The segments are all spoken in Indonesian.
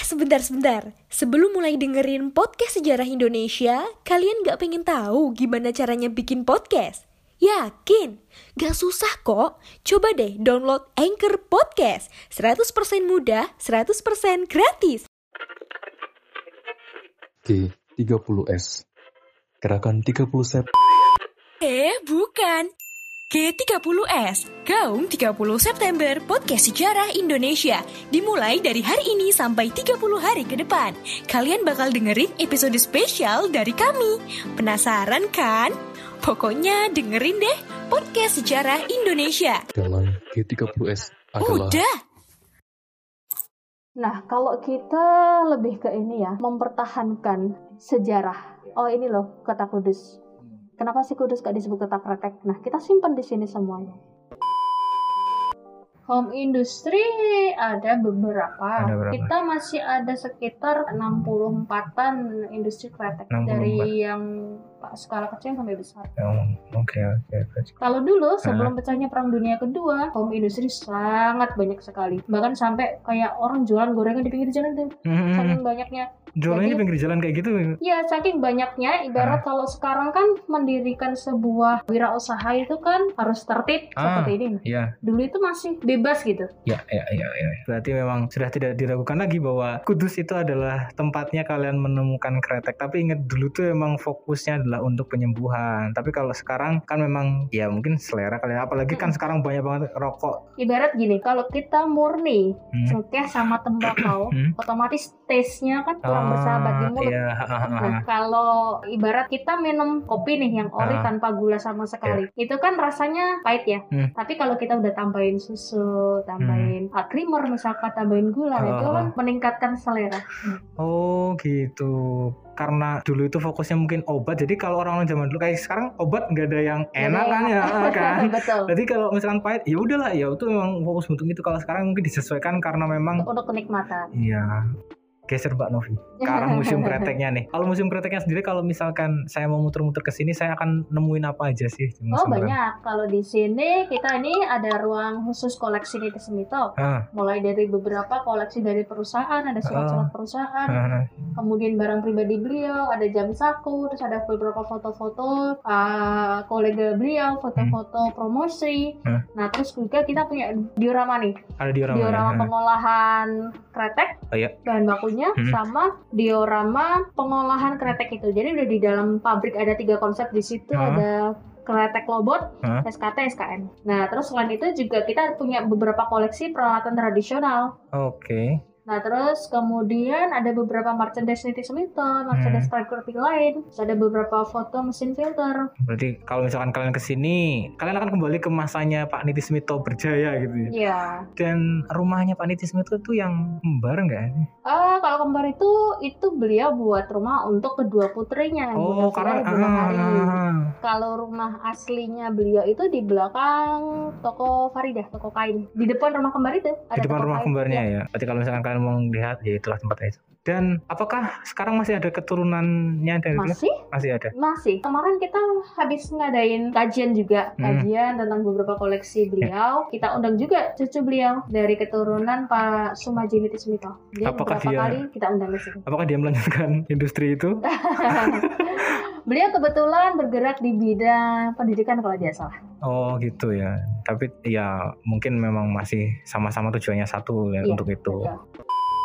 Sebentar. Sebelum mulai dengerin podcast sejarah Indonesia, kalian gak pengen tahu gimana caranya bikin podcast? Yakin? Gak susah kok. Coba deh download Anchor Podcast. 100% mudah, 100% gratis. G30S. Gerakan 30 Sep. Bukan. G30S, Gaung 30 September Podcast Sejarah Indonesia. Dimulai dari hari ini sampai 30 hari ke depan. Kalian bakal dengerin episode spesial dari kami. Penasaran kan? Pokoknya dengerin deh Podcast Sejarah Indonesia. Dalam G30S adalah... Udah! Nah, kalau kita lebih ke ini ya, mempertahankan sejarah. Oh, ini loh, kota Kudus. Kenapa sih Kudus gak disebut kota kretek? Nah, kita simpan di sini semuanya. Home industry ada beberapa. Kita masih ada sekitar 64-an industri kretek. 64. Dari yang skala kecil sampai besar. Oke. Kalau dulu sebelum pecahnya Perang Dunia Kedua, home industry sangat banyak sekali. Bahkan sampai kayak orang jualan gorengan di pinggir jalan tuh. Saking banyaknya. Jualannya di pinggir jalan kayak gitu? Iya, saking banyaknya. Ibarat kalau sekarang kan mendirikan sebuah wirausaha itu kan harus tertib seperti ini. Iya. Dulu itu masih bebas gitu. Ya. Berarti memang sudah tidak diragukan lagi bahwa Kudus itu adalah tempatnya kalian menemukan kretek. Tapi ingat dulu tuh emang fokusnya adalah untuk penyembuhan. Tapi kalau sekarang kan memang ya mungkin selera kalian. Apalagi kan sekarang banyak banget rokok. Ibarat gini, kalau kita murni cengkeh sama tembakau, otomatis taste-nya kan kurang bersahabat di mulut. Iya. Nah, kalau ibarat kita minum kopi nih yang ori tanpa gula sama sekali, itu kan rasanya pahit ya. Tapi kalau kita udah tambahin susu, tambahin creamer misalkan, tambahin gula, itu kan meningkatkan selera. Oh gitu. Karena dulu itu fokusnya mungkin obat, jadi kalau orang-orang zaman dulu kayak sekarang obat nggak ada yang enak kan ya kan. Betul. Jadi kalau misalkan pahit ya udahlah, ya itu memang fokus untuk itu. Kalau sekarang mungkin disesuaikan karena memang untuk kenikmatan. Iya. Geser Mbak Novi ke arah museum kreteknya nih. Kalau museum kreteknya sendiri, kalau misalkan saya mau muter-muter ke sini, saya akan nemuin apa aja sih? Banyak. Kalau di sini kita ini ada ruang khusus koleksi Niti Smito. Mulai dari beberapa koleksi dari perusahaan, ada surat-surat perusahaan, kemudian barang pribadi beliau, ada jam saku, terus ada beberapa foto-foto kolega beliau, foto-foto promosi. Nah, terus juga kita punya diorama nih. Ada diorama Pengolahan kretek, bahan bakunya, sama diorama pengolahan kretek itu. Jadi udah di dalam pabrik ada 3 konsep di situ. Ada kretek lobot, SKT, SKN. Nah, terus selain itu juga kita punya beberapa koleksi peralatan tradisional. Oke. Nah, terus kemudian ada beberapa merchandise Niti Smito, merchandise calligraphy lain, terus ada beberapa foto mesin filter. Berarti kalau misalkan kalian kesini, kalian akan kembali ke masanya Pak Niti Smito berjaya gitu ya? Iya. Dan rumahnya Pak Niti Smito itu yang kembar nggak? Kalau kembar itu beliau buat rumah untuk kedua putrinya. Karena kalau rumah aslinya beliau itu di belakang toko Faridah, toko kain. Di depan rumah kembar itu ada. Di depan rumah kain. kembarnya ya. Berarti kalau misalkan kalian mau lihat, ya itulah tempatnya itu. Dan apakah sekarang masih ada keturunannya dari dulu? Masih ada. Masih. Kemarin kita habis ngadain kajian juga, kajian tentang beberapa koleksi beliau. Kita undang juga cucu beliau dari keturunan Pak Sumaji Niti Smito. Jadi apakah beberapa kali kita undang ke sini. Apakah dia melanjutkan industri itu? Beliau kebetulan bergerak di bidang pendidikan kalau tidak salah. Oh gitu ya. Tapi ya mungkin memang masih sama-sama tujuannya satu ya, untuk itu. Betul.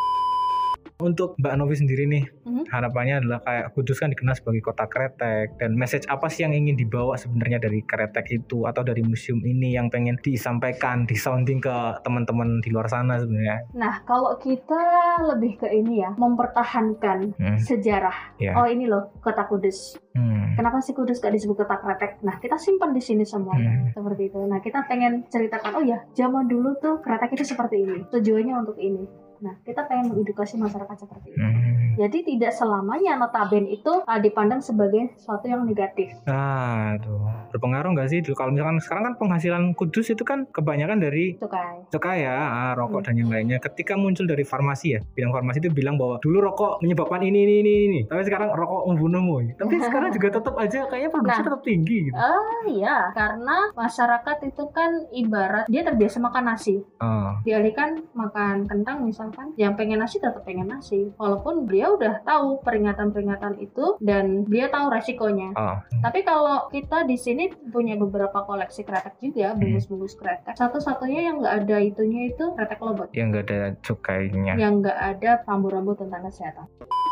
Untuk Mbak Novi sendiri nih, harapannya adalah kayak Kudus kan dikenal sebagai kota kretek, dan message apa sih yang ingin dibawa sebenarnya dari kretek itu atau dari museum ini yang pengen disampaikan, disounding ke teman-teman di luar sana sebenarnya? Nah, kalau kita lebih ke ini ya, mempertahankan sejarah. Oh ini loh kota Kudus. Kenapa sih Kudus gak disebut kota kretek? Nah, kita simpan di sini semuanya seperti itu. Nah, kita pengen ceritakan, oh ya, zaman dulu tuh kretek itu seperti ini, tujuannya untuk ini. Nah, kita pengen mengedukasi masyarakat seperti itu. Jadi tidak selamanya notabene itu dipandang sebagai sesuatu yang negatif. Nah, itu berpengaruh nggak sih? Kalau misalkan sekarang kan penghasilan Kudus itu kan kebanyakan dari cukai ya, rokok dan yang lainnya. Ketika muncul dari farmasi ya, bidang farmasi itu bilang bahwa dulu rokok menyebabkan ini. Tapi sekarang rokok membunuhmu. Tapi sekarang juga tetap aja kayaknya produksi tetap tinggi gitu. Iya, karena masyarakat itu kan ibarat dia terbiasa makan nasi. Dialihkan makan kentang misalkan, yang pengen nasi tetap pengen nasi. Walaupun dia udah tahu peringatan-peringatan itu dan dia tahu resikonya. Tapi kalau kita di sini punya beberapa koleksi kretek juga, bungkus-bungkus kretek. Satu-satunya yang nggak ada itunya itu kretek lobot. Yang nggak ada cukainya. Yang nggak ada rambu-rambu tentang kesehatan.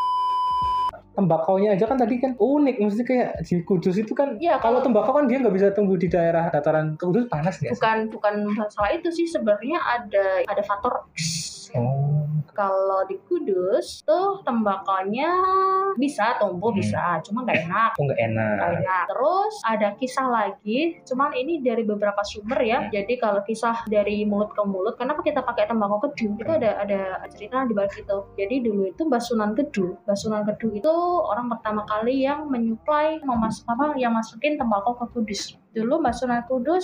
Tembakaunya aja kan tadi kan unik, maksudnya kayak di Kudus itu kan ya, kalau tembakau kan dia nggak bisa tumbuh di daerah dataran Kudus panas ya. Bukan masalah itu sih, sebenarnya ada faktor X. Kalau di Kudus tuh tembakonya bisa tumbuh bisa, cuma nggak enak. Nggak enak. Terus ada kisah lagi, cuman ini dari beberapa sumber ya. Jadi kalau kisah dari mulut ke mulut, kenapa kita pakai tembakau kedu? Itu ada cerita di balik itu. Jadi dulu itu Basunan Kedu itu orang pertama kali yang menyuplai yang masukin tembakau ke Kudus. Dulu Basunan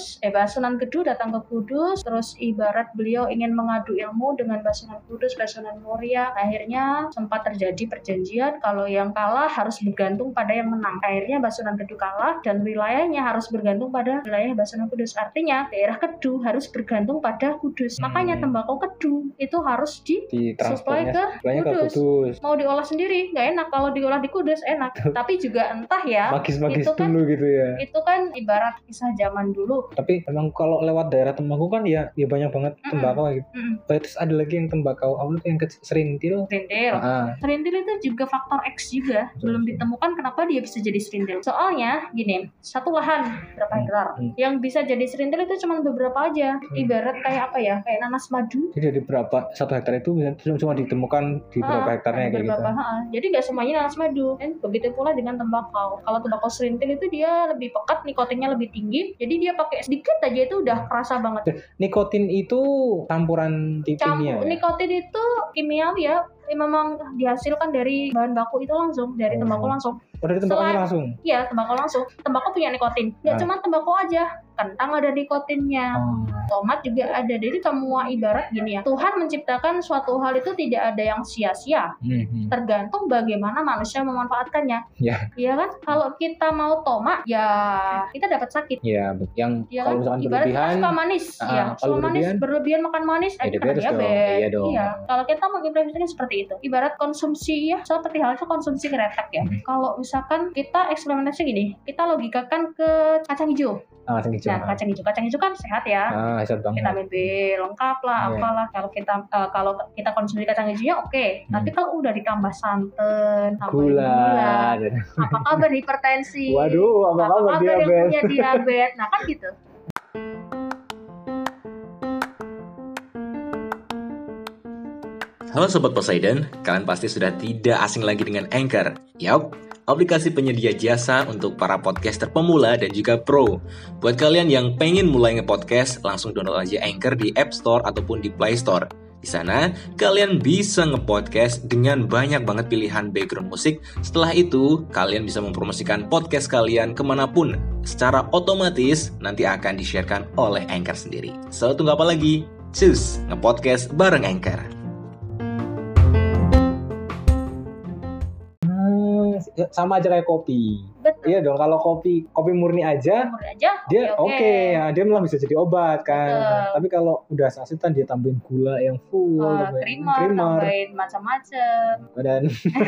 Kedu datang ke Kudus, terus ibarat beliau ingin mengadu ilmu dengan Basunan Kudus, Basunan Muria. Akhirnya sempat terjadi perjanjian kalau yang kalah harus bergantung pada yang menang. Akhirnya Basunan Kedu kalah dan wilayahnya harus bergantung pada wilayah Basunan Kudus. Artinya daerah Kedu harus bergantung pada Kudus. Makanya tembakau Kedu itu harus disuplai ke Kudus. Mau diolah sendiri nggak enak, kalau diolah di Kudus enak. Tapi juga entah ya. Magis-magis dulu gitu ya. Itu kan ibarat kisah zaman dulu. Tapi memang kalau lewat daerah tembakau kan ya banyak banget tembakau gitu. Terus ada lagi yang tembakau yang serintil. Serintil itu juga faktor X juga. Belum ditemukan kenapa dia bisa jadi serintil. Soalnya gini, satu lahan berapa hektar. Yang bisa jadi serintil itu cuma beberapa aja. Ibarat kayak apa ya? Kayak nanas madu. Jadi berapa satu hektar itu cuma ditemukan di berapa hektarnya kayak gitu. Jadi nggak semuanya nanas madu. Dan begitu pula dengan tembakau. Kalau tembakau serintil itu dia lebih pekat, nikotinnya lebih tinggi, jadi dia pakai sedikit aja itu udah kerasa banget. Nikotin itu campuran kimia. Nikotin itu kimiawi ya, memang dihasilkan dari bahan baku itu langsung, dari tembakau langsung. Dari tembakau langsung? Iya, tembakau langsung. Tembakau punya nikotin. Nggak cuma tembakau aja, kentang ada nikotinnya, tomat juga ada. Jadi semua ibarat gini ya, Tuhan menciptakan suatu hal itu tidak ada yang sia-sia. Tergantung bagaimana manusia memanfaatkannya. Iya kan? Kalau kita mau tomat, ya kita dapat sakit. Iya, yang kalau misalkan berlebihan, suka manis. Kalau manis berlebihan makan manis, kena diabetes. Iya. Kalau kita mau implementasikan seperti itu, ibarat konsumsi ya, seperti halnya konsumsi kretek ya. Kalau misalkan kita eksperimentasi gini, kita logikakan ke kacang hijau. Kacang hijau. Kacang hijau kan sehat ya. Sehat banget. Vitamin B lengkap lah, apalah. Kalau kita konsumsi kacang hijaunya oke. Tapi kalau udah ditambah santan, tambah gula, apa kabar hipertensi? Waduh, apa kabar yang punya diabetes? Nah kan gitu. Halo Sobat Poseidon, kalian pasti sudah tidak asing lagi dengan Anchor. Yap, aplikasi penyedia jasa untuk para podcaster pemula dan juga pro. Buat kalian yang pengen mulai nge-podcast, langsung download aja Anchor di App Store ataupun di Play Store. Di sana, kalian bisa nge-podcast dengan banyak banget pilihan background musik. Setelah itu, kalian bisa mempromosikan podcast kalian kemanapun. Secara otomatis, nanti akan di-sharekan oleh Anchor sendiri. So, tunggu apa lagi? Cus, nge-podcast bareng Anchor. Sama aja kayak kopi. Betul. Iya dong, kalau kopi murni aja dia oke. Ya, dia malah bisa jadi obat kan. Betul. Tapi kalau udah sasetan dia tambahin gula yang full, creamer, tambahin macam-macam. Dan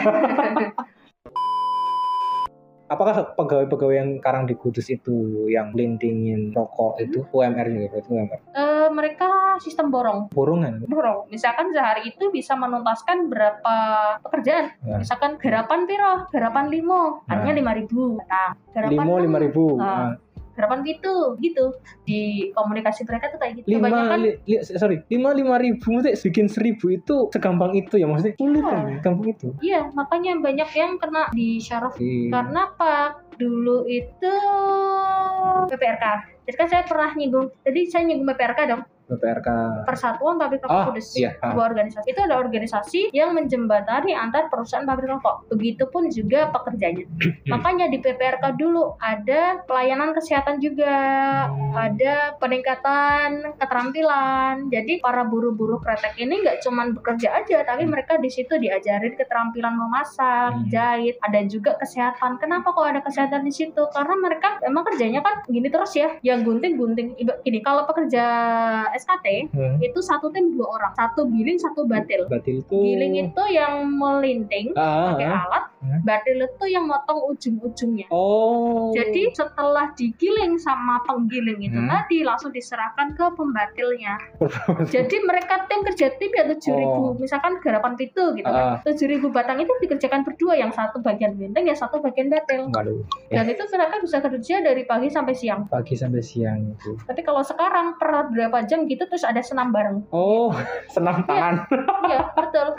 apakah pegawai-pegawai yang sekarang di Kudus itu yang blendingin rokok itu UMR juga berarti UMR? Mereka sistem borongan. Misalkan sehari itu bisa menuntaskan berapa pekerjaan. Misalkan garapan piro, garapan 5, artinya 5.000. Nah, garapan 5.000. Garapan gitu di komunikasi mereka tuh kayak gitu. 5.000 maksudnya bikin 1.000 itu segampang itu ya, maksudnya sulit kan gampang itu. Iya, makanya banyak yang kena di syaraf. Karena apa? Dulu itu PPRK. Jadi kan saya pernah nyinggung. Jadi saya nyinggung PPRK dong. PPRK Persatuan Pabrik Rokok Kudus. Sebuah organisasi. Itu ada organisasi yang menjembatani antar perusahaan pabrik rokok. Begitupun juga pekerjanya. Makanya di PPRK dulu ada pelayanan kesehatan juga, ada peningkatan keterampilan. Jadi para buruh-buruh kretek ini nggak cuma bekerja aja, tapi mereka di situ diajarin keterampilan memasak, jahit, ada juga kesehatan. Kenapa kok ada kesehatan di situ? Karena mereka emang kerjanya kan gini terus ya, yang gunting-gunting. Gini, kalau pekerja SKT itu satu tim 2 orang, satu giling, satu batil. Batil itu giling itu yang melinting pakai alat, batil itu yang motong ujung-ujungnya. Jadi setelah digiling sama penggiling itu tadi langsung diserahkan ke pembatilnya. Jadi mereka tim kerja tim ya 7.000, misalkan garapan pitu gitu kan. 7.000 batang itu dikerjakan berdua, yang satu bagian linting, yang satu bagian batil. Dan itu mereka bisa kerja dari pagi sampai siang. Pagi sampai siang itu. Tapi kalau sekarang per berapa jam gitu terus ada senam bareng. Senam tangan. Iya, betul.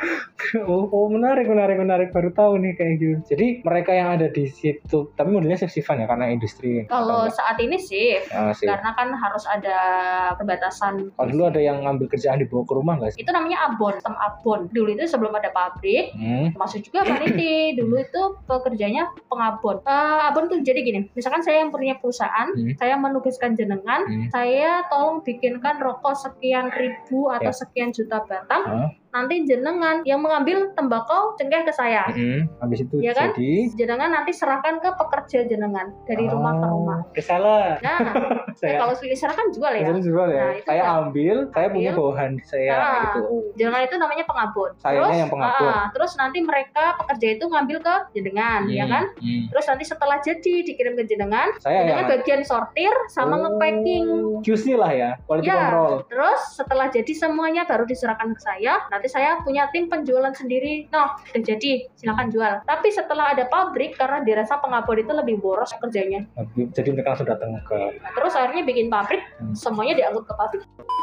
Menarik, baru tahu nih kayak gitu. Jadi mereka yang ada di situ, tapi modelnya shift-shiftan ya karena industri. Kalau saat ini shift, karena kan harus ada perbatasan. Kalau dulu ada yang ngambil kerjaan dibawa ke rumah nggak sih? Itu namanya abon, sistem abon. Dulu itu sebelum ada pabrik, masuk juga paniti. Dulu itu pekerjanya pengabon. Abon tuh jadi gini, misalkan saya yang punya perusahaan, saya menugaskan jenengan, saya tolong bikinkan rokok sekian ribu atau sekian juta batang. Nanti jenengan yang mengambil tembakau cengkeh ke saya. Habis itu ya kan? jadi jenengan nanti serahkan ke pekerja jenengan dari rumah ke rumah. Reseller. Nah, kalau diserahkan jual ya. Jual ya. Nah, saya ambil, saya punya bawahan saya gitu. Jenengan itu namanya pengabon. Sayanya yang pengabon. Terus nanti mereka pekerja itu ngambil ke jenengan, ya kan? Terus nanti setelah jadi dikirim ke jenengan, jenengan bagian sortir sama nge-packing. QC lah ya, quality control. Terus setelah jadi semuanya baru diserahkan ke saya. Nanti saya punya tim penjualan sendiri. Udah jadi, silakan jual. Tapi setelah ada pabrik, karena dirasa pengabon itu lebih boros kerjanya. Jadi mereka langsung datang ke. Terus akhirnya bikin pabrik, semuanya diangkut ke pabrik.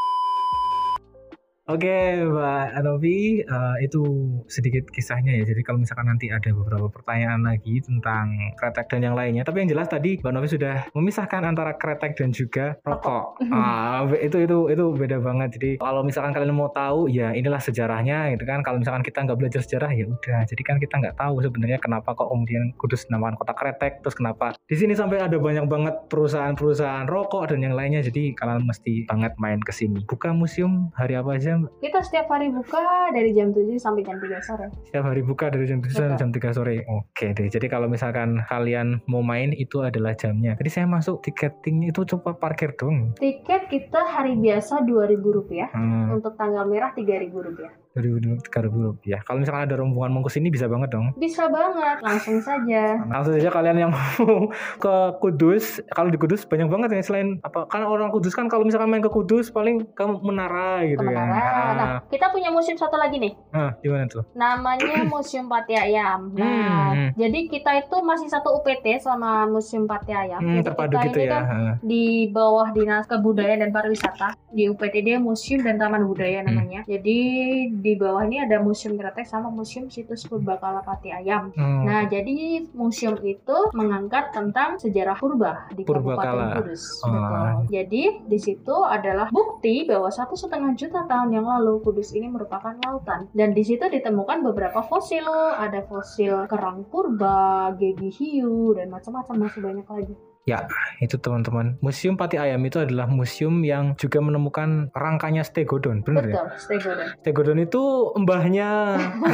Oke, Mbak Anovi, itu sedikit kisahnya ya. Jadi kalau misalkan nanti ada beberapa pertanyaan lagi tentang kretek dan yang lainnya, tapi yang jelas tadi Mbak Anovi sudah memisahkan antara kretek dan juga rokok. Itu beda banget. Jadi kalau misalkan kalian mau tahu, ya inilah sejarahnya gitu kan. Kalau misalkan kita nggak belajar sejarah, ya udah. Jadi kan kita nggak tahu sebenarnya kenapa kok kemudian Kudus dinamakan kota kretek, terus kenapa di sini sampai ada banyak banget perusahaan-perusahaan rokok dan yang lainnya. Jadi kalian mesti banget main ke sini. Buka museum hari apa aja? Kita setiap hari buka dari jam 7 sampai jam 3 sore. Setiap hari buka dari jam 7 sampai jam 3 sore. Oke deh. Jadi kalau misalkan kalian mau main, itu adalah jamnya. Tadi saya masuk tiketingnya itu coba parkir dong. Tiket kita hari biasa Rp2.000. Untuk tanggal merah Rp3.000. Rp3.000. Kalau misalkan ada rombongan mau kesini bisa banget dong. Bisa banget, langsung saja. Langsung saja kalian yang mau ke Kudus. Kalau di Kudus banyak banget ya, selain apa? Kan orang Kudus kan kalau misalkan main ke Kudus paling ke Menara gitu ya. Nah, kita punya museum satu lagi nih. Gimana tuh? Namanya Museum Pati Ayam. Jadi kita itu masih satu UPT sama Museum Pati Ayam. Terpadu kita gitu ini ya. Kan di bawah Dinas Kebudayaan dan Pariwisata. Di UPT dia Museum dan Taman Budaya namanya. Jadi di bawah ini ada Museum Kretek sama Museum Situs Purbakala Pati Ayam. Nah, jadi museum itu mengangkat tentang sejarah purba di Kabupaten Kudus. Betul. Jadi di situ adalah bukti bahwa 1,5 juta tahun yang lalu Kudus ini merupakan lautan. Dan di situ ditemukan beberapa fosil, ada fosil kerang purba, gigi hiu, dan macam-macam, masih banyak lagi. Ya, itu teman-teman. Museum Pati Ayam itu adalah museum yang juga menemukan rangkanya stegodon, benar ya? Betul, stegodon. Stegodon itu mbahnya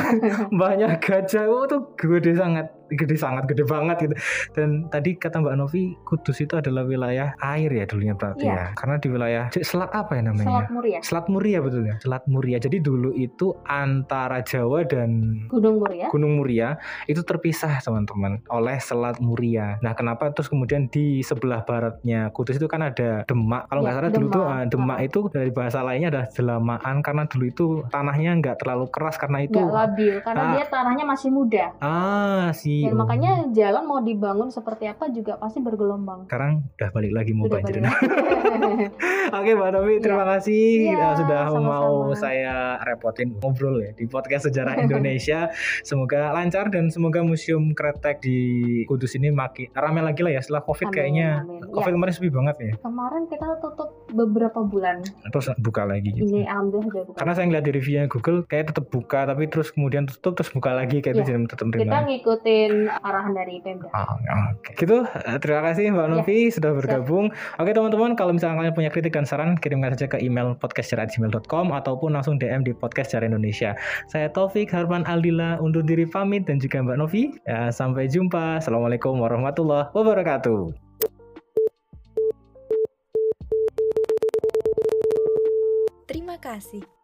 gajah. Itu gede banget gitu. Dan tadi kata Mbak Novi, Kudus itu adalah wilayah air ya dulunya berarti ya. Karena di wilayah selat apa ya namanya? Selat Muria betul ya. Selat Muria. Jadi dulu itu antara Jawa dan Gunung Muria itu terpisah teman-teman oleh Selat Muria. Nah, kenapa terus kemudian di sebelah baratnya Kudus itu kan ada Demak. Kalau nggak salah dulu tuh Demak itu dari bahasa lainnya adalah Delamaan, karena dulu itu tanahnya nggak terlalu keras karena itu nggak labil karena dia tanahnya masih muda. lagi. Dan makanya jalan mau dibangun seperti apa juga pasti bergelombang. Sekarang udah balik lagi mau Udah banjir. balik. Oke Mbak Novi, terima kasih sudah sama-sama. mau saya repotin ngobrol ya di podcast Sejarah Indonesia. Semoga lancar dan semoga Museum Kretek di Kudus ini makin ramai lagi lah ya setelah COVID. Kayaknya COVID kemarin sepi banget ya. Kemarin kita tutup beberapa bulan. Terus buka lagi gitu. Ini alhamdulillah udah buka. Karena saya ngeliat di reviewnya Google kayak tetap buka tapi terus kemudian tutup terus buka lagi kayak itu jadi tetap kita ngikutin arahan dari Pemda. Oke. Gitu, terima kasih Mbak Novi sudah bergabung. Oke teman-teman, kalau misalnya kalian punya kritik dan saran kirimkan saja ke email podcastsejarah@gmail.com ataupun langsung DM di Podcast Sejarah Indonesia. Saya Taufik Harman Aldila undur diri pamit dan juga Mbak Novi. Ya, sampai jumpa. Assalamualaikum warahmatullahi wabarakatuh. Terima kasih.